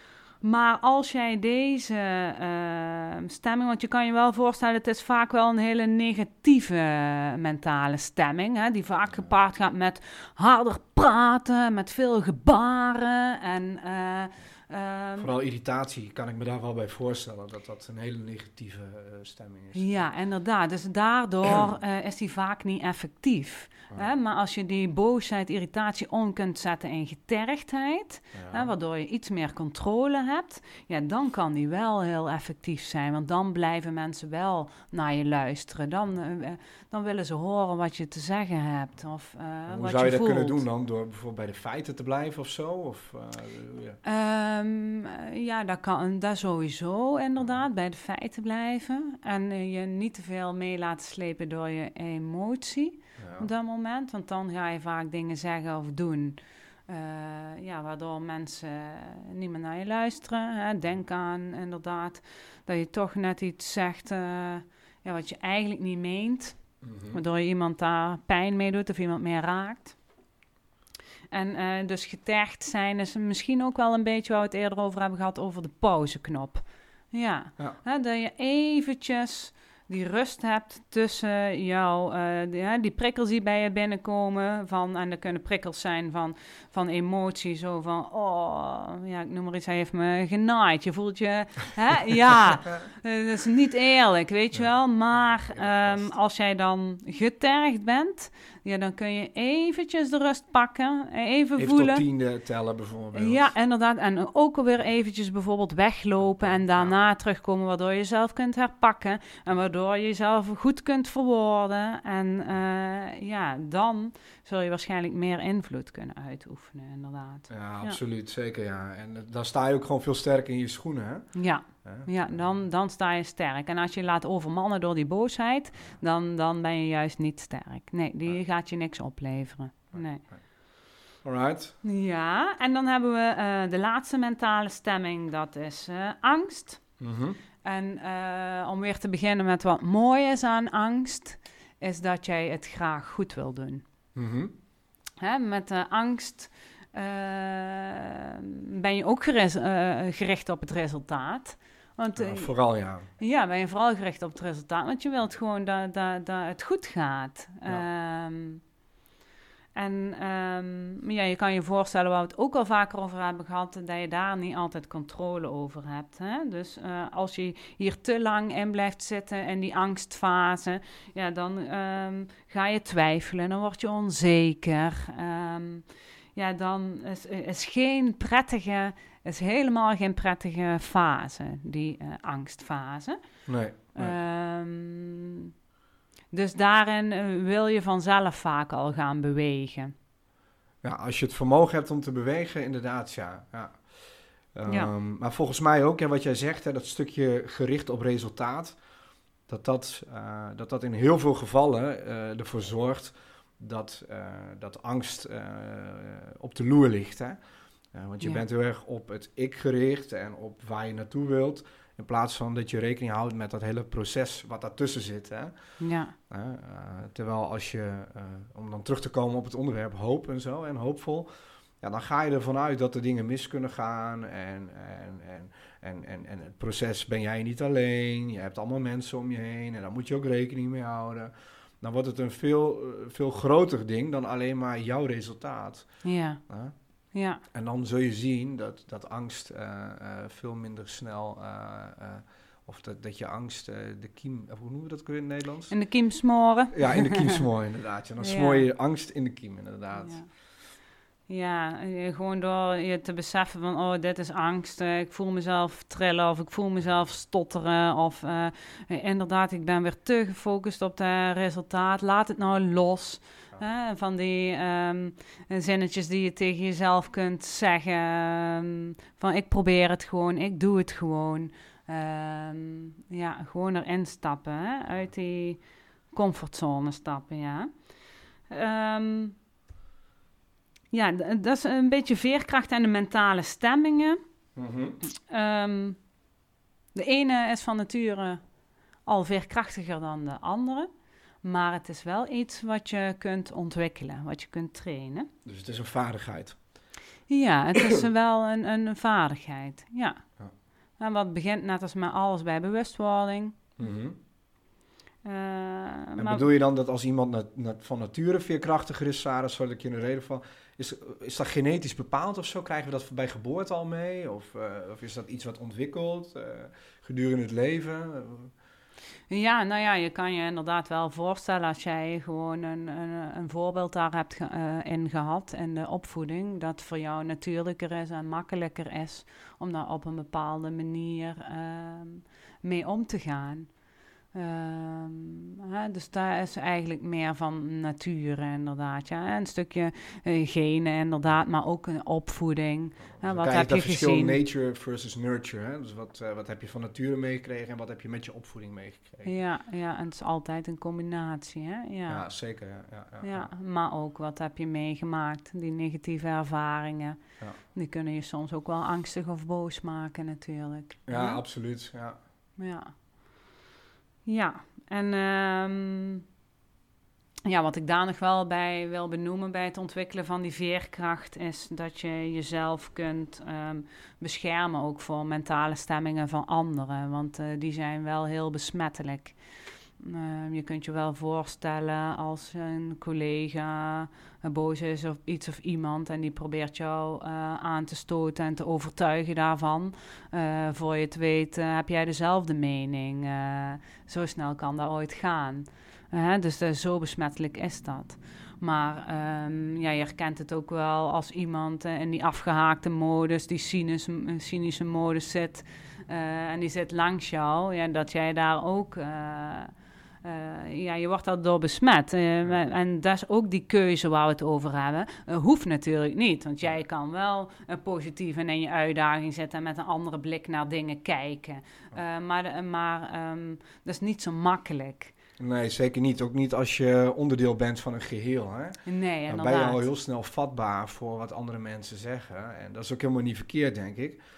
Maar als jij deze uh, stemming, want je kan je wel voorstellen, het is vaak wel een hele negatieve mentale stemming, hè, die vaak gepaard gaat met harder praten, met veel gebaren en... Uh, Um, Vooral irritatie kan ik me daar wel bij voorstellen, dat dat een hele negatieve uh, stemming is. Ja, inderdaad. Dus daardoor uh, is die vaak niet effectief. Ja. Hè? Maar als je die boosheid, irritatie om kunt zetten in getergdheid, ja. hè, waardoor je iets meer controle hebt, ja, dan kan die wel heel effectief zijn. Want dan blijven mensen wel naar je luisteren. Dan, uh, dan willen ze horen wat je te zeggen hebt. Of, uh, hoe wat zou je, je dat voelt. kunnen doen dan? Door bijvoorbeeld bij de feiten te blijven of zo? Of, uh, ja. Um, ja, dat kan dat sowieso inderdaad, bij de feiten blijven. En uh, je niet te veel mee laten slepen door je emotie ja. op dat moment. Want dan ga je vaak dingen zeggen of doen, uh, ja, waardoor mensen niet meer naar je luisteren. Hè. Denk aan inderdaad dat je toch net iets zegt uh, ja, wat je eigenlijk niet meent. Mm-hmm. Waardoor je iemand daar pijn mee doet of iemand mee raakt. En uh, dus getergd zijn is misschien ook wel een beetje waar we het eerder over hebben gehad, over de pauzeknop. Ja, ja. Hè, dat je eventjes die rust hebt tussen jou, uh, die, hè, die prikkels die bij je binnenkomen. Van, en er kunnen prikkels zijn van, van emotie, zo van, oh, ja, ik noem maar iets, hij heeft me genaaid. Je voelt je, hè, ja, uh, dat is niet eerlijk, weet je ja. wel. Maar um, als jij dan getergd bent, ja, dan kun je eventjes de rust pakken, even, even voelen. Even tot tien tellen bijvoorbeeld. Ja, inderdaad. En ook alweer eventjes bijvoorbeeld weglopen en daarna ja. terugkomen, waardoor je jezelf kunt herpakken en waardoor je jezelf goed kunt verwoorden. En uh, ja, dan zul je waarschijnlijk meer invloed kunnen uitoefenen, inderdaad. Ja, absoluut. Ja. Zeker, ja. En dan sta je ook gewoon veel sterker in je schoenen, hè? Ja. Ja, dan, dan sta je sterk. En als je laat overmannen door die boosheid, dan, dan ben je juist niet sterk. Nee, die nee. gaat je niks opleveren. Nee. Alright. Ja, en dan hebben we uh, de laatste mentale stemming, dat is uh, angst. Mm-hmm. En uh, om weer te beginnen met wat mooi is aan angst, is dat jij het graag goed wil doen. Mm-hmm. Hè, met de angst uh, ben je ook geres- uh, gericht op het resultaat. Want, uh, ja, vooral ja. Ja, ben je vooral gericht op het resultaat, want je wilt gewoon dat, dat, dat het goed gaat. Ja. Um, en um, ja, je kan je voorstellen, waar we het ook al vaker over hebben gehad, dat je daar niet altijd controle over hebt. Hè? Dus uh, als je hier te lang in blijft zitten in die angstfase, ja, dan um, ga je twijfelen, dan word je onzeker. Um, ja, dan is, is geen prettige, is helemaal geen prettige fase, die uh, angstfase. Nee. nee. Um, Dus daarin uh, wil je vanzelf vaak al gaan bewegen. Ja, als je het vermogen hebt om te bewegen, inderdaad, ja. ja. Um, ja. Maar volgens mij ook, ja, wat jij zegt, hè, dat stukje gericht op resultaat, dat dat, uh, dat, dat in heel veel gevallen uh, ervoor zorgt dat, uh, dat angst uh, op de loer ligt. Hè? Uh, want je ja. bent heel erg op het ik gericht en op waar je naartoe wilt. In plaats van dat je rekening houdt met dat hele proces wat daartussen zit. Hè? Ja. Uh, uh, terwijl als je, uh, om dan terug te komen op het onderwerp hoop en zo, en hoopvol, ja, dan ga je ervan uit dat er dingen mis kunnen gaan. En, en, en, en, en, en het proces ben jij niet alleen. Je hebt allemaal mensen om je heen en daar moet je ook rekening mee houden. Dan wordt het een veel, veel groter ding dan alleen maar jouw resultaat. Ja. Uh? Ja. En dan zul je zien dat, dat angst uh, uh, veel minder snel, uh, uh, of dat, dat je angst uh, de kiem, of hoe noemen we dat weer in het Nederlands? In de kiem smoren. Ja, in de kiem smoren inderdaad. Ja. Dan smoor je ja. angst in de kiem inderdaad. Ja. Ja, gewoon door je te beseffen van, oh, dit is angst, uh, ik voel mezelf trillen of ik voel mezelf stotteren of uh, inderdaad, ik ben weer te gefocust op het resultaat, laat het nou los. Ja. Uh, van die um, zinnetjes die je tegen jezelf kunt zeggen, um, van ik probeer het gewoon, ik doe het gewoon. Um, ja, gewoon erin stappen, hè? Uit die comfortzone stappen, ja. Um, Ja, d- dat is een beetje veerkracht en de mentale stemmingen. Mm-hmm. Um, de ene is van nature al veerkrachtiger dan de andere. Maar het is wel iets wat je kunt ontwikkelen, wat je kunt trainen. Dus het is een vaardigheid. Ja, het is wel een, een vaardigheid, ja. ja. En wat begint net als met alles bij bewustwording. Mm-hmm. Uh, en maar bedoel je dan dat als iemand na, na, van nature veerkrachtiger is, Sarah, zodat ik je een reden van... Is, is dat genetisch bepaald of zo? Krijgen we dat bij geboorte al mee? Of, uh, of is dat iets wat ontwikkelt uh, gedurende het leven? Ja, nou ja, je kan je inderdaad wel voorstellen als jij gewoon een, een, een voorbeeld daar hebt ge, uh, in gehad in de opvoeding, dat voor jou natuurlijker is en makkelijker is om daar op een bepaalde manier uh, mee om te gaan. Um, hè, dus daar is eigenlijk meer van nature inderdaad, ja. Een stukje uh, genen inderdaad, maar ook een opvoeding. Dus uh, wat heb je gezien? Nature versus nurture, hè? Dus wat, uh, wat heb je van nature meegekregen en wat heb je met je opvoeding meegekregen? Ja, ja, en het is altijd een combinatie, hè. Ja, ja zeker. Ja, ja, ja, ja, maar ook wat heb je meegemaakt, die negatieve ervaringen. Ja. Die kunnen je soms ook wel angstig of boos maken natuurlijk. Ja, ja? absoluut, ja. Ja. Ja, en um, ja, wat ik daar nog wel bij wil benoemen bij het ontwikkelen van die veerkracht is dat je jezelf kunt um, beschermen ook voor mentale stemmingen van anderen, want uh, die zijn wel heel besmettelijk. Uh, je kunt je wel voorstellen als een collega boos is of iets of iemand en die probeert jou uh, aan te stoten en te overtuigen daarvan. Uh, voor je het weet uh, heb jij dezelfde mening. Uh, zo snel kan dat ooit gaan. Uh, dus uh, zo besmettelijk is dat. Maar um, ja, je herkent het ook wel als iemand uh, in die afgehaakte modus, die cynisch, cynische modus zit uh, en die zit langs jou, ja, dat jij daar ook... Uh, Uh, ja, je wordt daardoor besmet. Uh, ja. En dat is ook die keuze waar we het over hebben. Uh, hoeft natuurlijk niet, want jij kan wel uh, positief en in je uitdaging zitten en met een andere blik naar dingen kijken. Uh, maar de, maar um, dat is niet zo makkelijk. Nee, zeker niet. Ook niet als je onderdeel bent van een geheel. Hè? Nee, inderdaad. Dan ben je al heel snel vatbaar voor wat andere mensen zeggen. En dat is ook helemaal niet verkeerd, denk ik.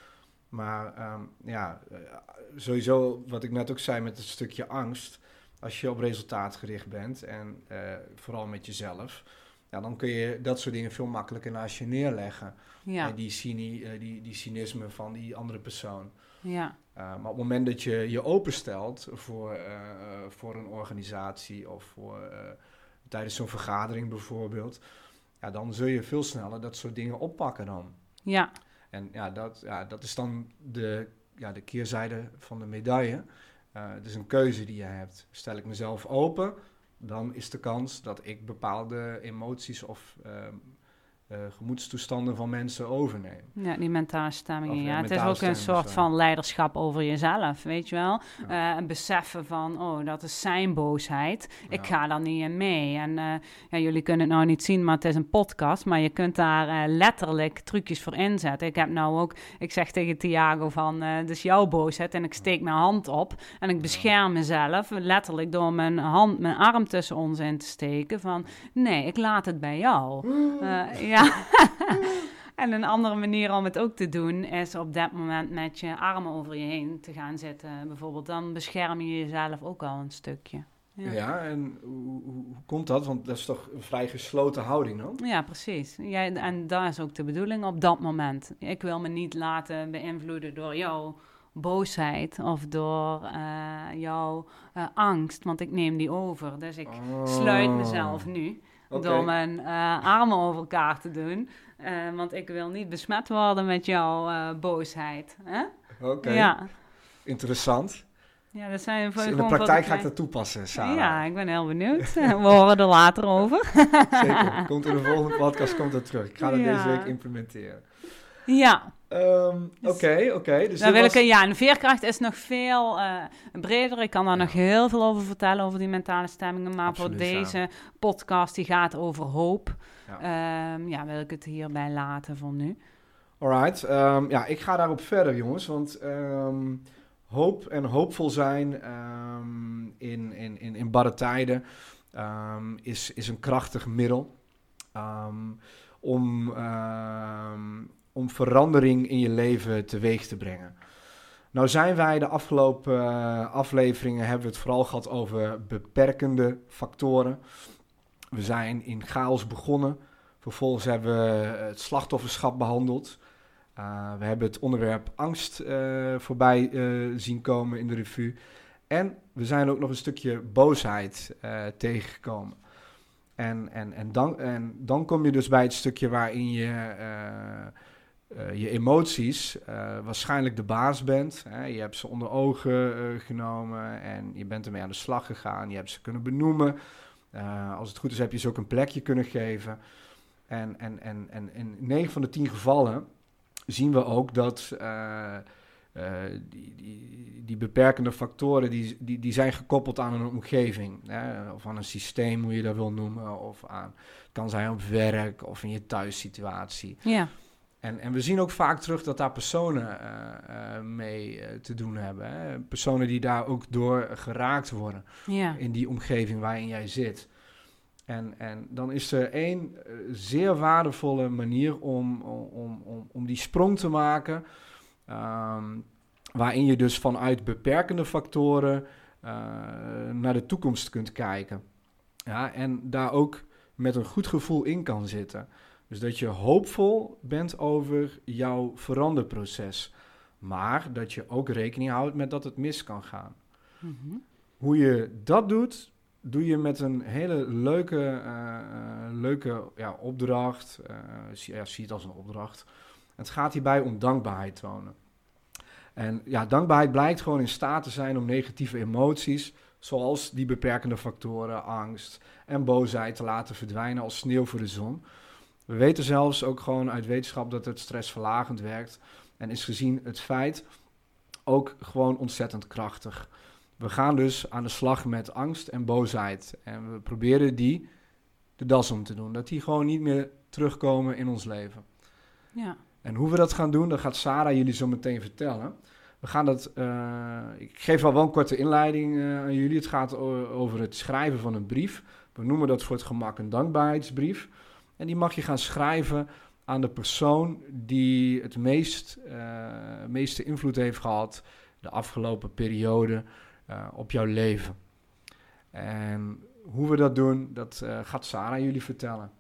Maar um, ja, uh, sowieso wat ik net ook zei met het stukje angst. Als je op resultaat gericht bent en uh, vooral met jezelf, ja, dan kun je dat soort dingen veel makkelijker naast je neerleggen. Ja. Uh, die, cyni, uh, die, die cynisme van die andere persoon. Ja. Uh, maar op het moment dat je je openstelt voor, uh, voor een organisatie of voor, uh, tijdens zo'n vergadering bijvoorbeeld, ja, dan zul je veel sneller dat soort dingen oppakken dan. Ja. En ja, dat, ja, dat is dan de, ja, de keerzijde van de medaille. Uh, het is een keuze die je hebt. Stel ik mezelf open, dan is de kans dat ik bepaalde emoties of uh, uh, gemoedstoestanden van mensen overneem. Ja, die mentale stemmingen. Of, ja, ja, het is ook een soort zo. van leiderschap over jezelf, weet je wel. Ja. Uh, een beseffen van, oh, dat is zijn boosheid. Ja. Ik ga daar niet in mee. En uh, ja, jullie kunnen het nou niet zien, maar het is een podcast. Maar je kunt daar uh, letterlijk trucjes voor inzetten. Ik heb nou ook, ik zeg tegen Thiago van, uh, dit is jouw boosheid. En ik steek mijn hand op. En ik bescherm mezelf letterlijk door mijn hand, mijn arm tussen ons in te steken. Van, nee, ik laat het bij jou. Uh, ja. En een andere manier om het ook te doen is op dat moment met je armen over je heen te gaan zitten. Bijvoorbeeld, dan bescherm je jezelf ook al een stukje. Ja, ja en hoe, hoe, hoe komt dat? Want dat is toch een vrij gesloten houding dan? Ja, precies. Ja, en dat is ook de bedoeling op dat moment. Ik wil me niet laten beïnvloeden door jouw boosheid of door uh, jouw uh, angst, want ik neem die over. Dus ik oh. sluit mezelf nu. Okay. Door mijn uh, armen over elkaar te doen. Uh, want ik wil niet besmet worden met jouw uh, boosheid. Oké, okay. Ja. Interessant. Ja, dat zijn dus in de praktijk ga ik dat toepassen, Sarah. Ja, ik ben heel benieuwd. We horen er later over. Zeker, komt in de volgende podcast komt dat terug. Ik ga dat ja. deze week implementeren. Ja. Um, Oké, okay, oké. Okay. Dus dan wil was... ik, ja, en veerkracht is nog veel uh, breder. Ik kan daar ja. nog heel veel over vertellen, over die mentale stemmingen. Maar Absoluut, voor deze ja. podcast, die gaat over hoop. Ja. Um, ja, wil ik het hierbij laten voor nu. Alright. Um, ja, ik ga daarop verder, jongens. Want um, hoop en hoopvol zijn um, in, in, in, in barre tijden um, is, is een krachtig middel um, om... Um, om verandering in je leven teweeg te brengen. Nou zijn wij de afgelopen uh, afleveringen, hebben we het vooral gehad over beperkende factoren. We zijn in chaos begonnen. Vervolgens hebben we het slachtofferschap behandeld. Uh, we hebben het onderwerp angst uh, voorbij uh, zien komen in de revue. En we zijn ook nog een stukje boosheid uh, tegengekomen. En, en, en, dan, en dan kom je dus bij het stukje waarin je... Uh, Uh, je emoties uh, waarschijnlijk de baas bent. Hè? Je hebt ze onder ogen uh, genomen en je bent ermee aan de slag gegaan. Je hebt ze kunnen benoemen. Uh, als het goed is heb je ze ook een plekje kunnen geven. En, en, en, en in negen van de tien gevallen zien we ook dat uh, uh, die, die, die beperkende factoren die, die, die zijn gekoppeld aan een omgeving. Hè? Of aan een systeem, hoe je dat wil noemen. Of aan, het kan zijn op werk of in je thuissituatie. Ja. En, en we zien ook vaak terug dat daar personen uh, uh, mee uh, te doen hebben. Hè? Personen die daar ook door geraakt worden. Ja. In die omgeving waarin jij zit. En, en dan is er één uh, zeer waardevolle manier om, om, om, om die sprong te maken. Um, waarin je dus vanuit beperkende factoren uh, naar de toekomst kunt kijken. Ja, en daar ook met een goed gevoel in kan zitten. Dus dat je hoopvol bent over jouw veranderproces. Maar dat je ook rekening houdt met dat het mis kan gaan. Mm-hmm. Hoe je dat doet, doe je met een hele leuke, uh, leuke ja, opdracht. Uh, zie, ja, zie het als een opdracht. Het gaat hierbij om dankbaarheid tonen. En ja, dankbaarheid blijkt gewoon in staat te zijn om negatieve emoties, zoals die beperkende factoren, angst en boosheid, te laten verdwijnen als sneeuw voor de zon. We weten zelfs ook gewoon uit wetenschap dat het stressverlagend werkt. En is gezien het feit ook gewoon ontzettend krachtig. We gaan dus aan de slag met angst en boosheid. En we proberen die de das om te doen. Dat die gewoon niet meer terugkomen in ons leven. Ja. En hoe we dat gaan doen, dat gaat Sarah jullie zo meteen vertellen. We gaan dat... Uh, ik geef wel wel een korte inleiding uh, aan jullie. Het gaat o- over het schrijven van een brief. We noemen dat voor het gemak een dankbaarheidsbrief. En die mag je gaan schrijven aan de persoon die het meest, uh, meeste invloed heeft gehad de afgelopen periode uh, op jouw leven. En hoe we dat doen, dat uh, gaat Sarah jullie vertellen.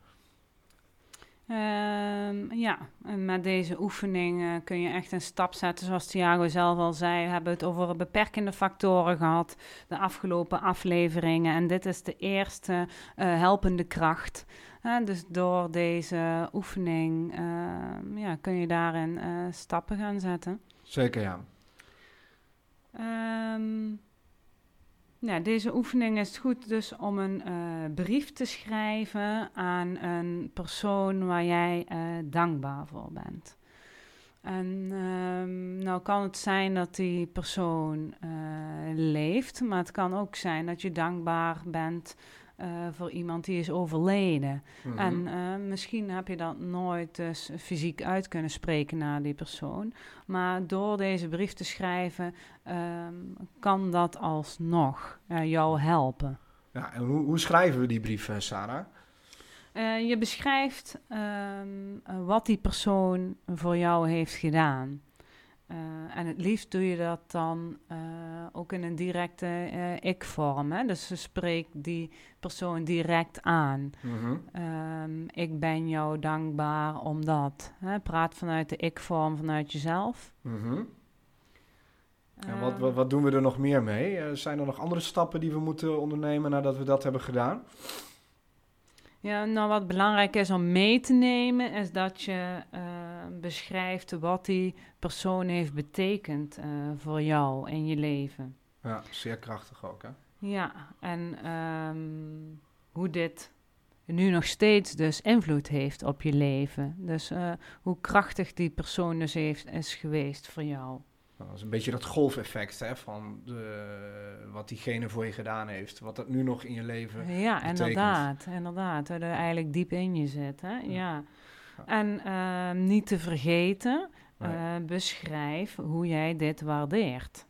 Um, ja, en met deze oefening uh, kun je echt een stap zetten. Zoals Thiago zelf al zei, we hebben het over beperkende factoren gehad de afgelopen afleveringen. En dit is de eerste uh, helpende kracht. Uh, dus door deze oefening uh, ja, kun je daarin uh, stappen gaan zetten. Zeker, ja. Um, Ja, deze oefening is het goed dus om een uh, brief te schrijven aan een persoon waar jij uh, dankbaar voor bent. En um, nou kan het zijn dat die persoon uh, leeft, maar het kan ook zijn dat je dankbaar bent uh, voor iemand die is overleden. Mm-hmm. En uh, misschien heb je dat nooit dus fysiek uit kunnen spreken naar die persoon. Maar door deze brief te schrijven um, kan dat alsnog uh, jou helpen. Ja, en hoe, hoe schrijven we die brief, uh, Sarah? Uh, je beschrijft um, uh, wat die persoon voor jou heeft gedaan. Uh, en het liefst doe je dat dan uh, ook in een directe uh, ik-vorm. Hè? Dus je spreekt die persoon direct aan. Mm-hmm. Um, ik ben jou dankbaar omdat. Hè? Praat vanuit de ik-vorm, vanuit jezelf. Mm-hmm. En wat, wat, wat doen we er nog meer mee? Uh, zijn er nog andere stappen die we moeten ondernemen nadat we dat hebben gedaan? Ja, nou wat belangrijk is om mee te nemen, is dat je uh, beschrijft wat die persoon heeft betekend uh, voor jou in je leven. Ja, zeer krachtig ook, hè? Ja, en um, hoe dit nu nog steeds dus invloed heeft op je leven. Dus uh, hoe krachtig die persoon dus heeft, is geweest voor jou. Dat is een beetje dat golfeffect, hè, van de, wat diegene voor je gedaan heeft. Wat dat nu nog in je leven Ja, betekent. inderdaad, inderdaad. Dat er eigenlijk diep in je zit, hè. Ja. ja. ja. En uh, niet te vergeten, uh, nee. beschrijf hoe jij dit waardeert.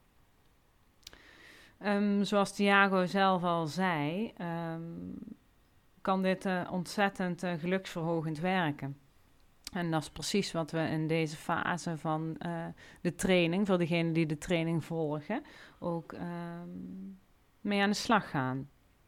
Um, zoals Thiago zelf al zei, um, kan dit uh, ontzettend uh, geluksverhogend werken. En dat is precies wat we in deze fase van uh, de training, voor degenen die de training volgen, ook um, mee aan de slag gaan.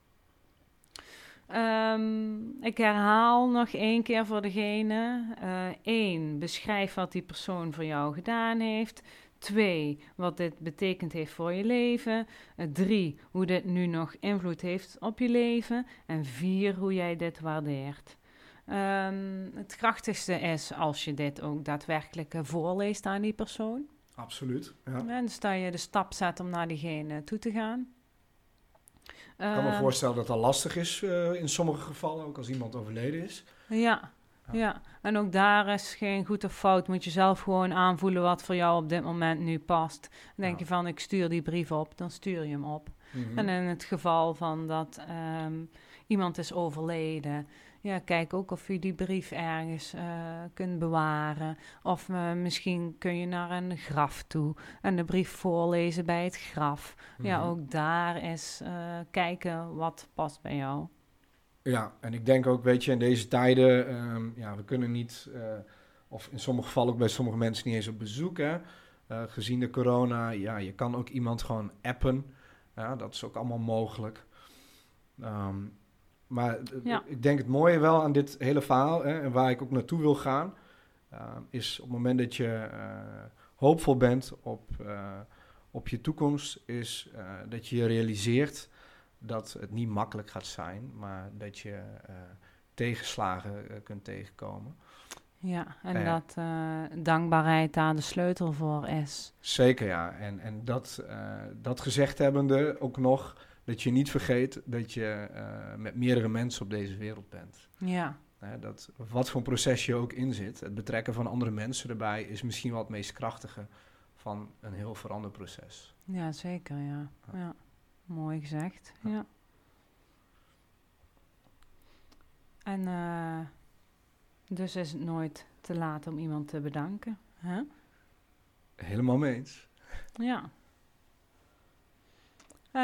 Um, ik herhaal nog één keer voor degene. Eén, uh, beschrijf wat die persoon voor jou gedaan heeft. Twee, wat dit betekend heeft voor je leven. Uh, drie, hoe dit nu nog invloed heeft op je leven. En vier, hoe jij dit waardeert. Um, het krachtigste is als je dit ook daadwerkelijk uh, voorleest aan die persoon. Absoluut, ja. En dus dat je de stap zet om naar diegene toe te gaan. Ik kan me uh, voorstellen dat dat lastig is uh, in sommige gevallen, ook als iemand overleden is. Ja, ja, ja, en ook daar is geen goed of fout. Moet je zelf gewoon aanvoelen wat voor jou op dit moment nu past. Dan denk ja. je van, ik stuur die brief op, dan stuur je hem op. Mm-hmm. En in het geval van dat um, iemand is overleden, ja, kijk ook of je die brief ergens uh, kunt bewaren. Of uh, misschien kun je naar een graf toe en de brief voorlezen bij het graf. Mm-hmm. Ja, ook daar is uh, kijken wat past bij jou. Ja, en ik denk ook, weet je, in deze tijden, um, ja, we kunnen niet, uh, of in sommige gevallen ook bij sommige mensen niet eens op bezoek, hè. Uh, gezien de corona, ja, je kan ook iemand gewoon appen. Ja, dat is ook allemaal mogelijk. Um, Maar ja. ik denk het mooie wel aan dit hele verhaal, hè, en waar ik ook naartoe wil gaan, uh, is op het moment dat je uh, hoopvol bent op, uh, op je toekomst, is uh, dat je realiseert dat het niet makkelijk gaat zijn, maar dat je uh, tegenslagen uh, kunt tegenkomen. Ja, en uh, dat uh, dankbaarheid daar de sleutel voor is. Zeker, ja. En, en dat, uh, dat gezegd hebbende ook nog, dat je niet vergeet dat je uh, met meerdere mensen op deze wereld bent. Ja. Uh, dat wat voor een proces je ook in zit, het betrekken van andere mensen erbij is misschien wel het meest krachtige van een heel veranderd proces. Ja, zeker, ja. ja. ja. Mooi gezegd, ja. ja. En uh, dus is het nooit te laat om iemand te bedanken, hè? Helemaal mee eens. Ja.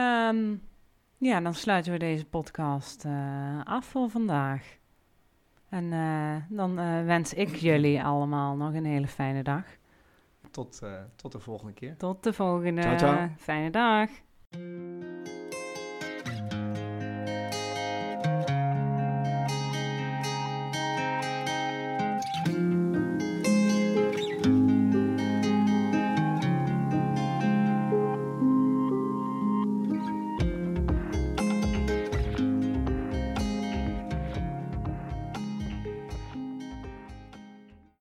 Um, ja, dan sluiten we deze podcast uh, af voor vandaag. En uh, dan uh, wens ik jullie allemaal nog een hele fijne dag. Tot, uh, tot de volgende keer. Tot de volgende. Ciao, ciao. Fijne dag.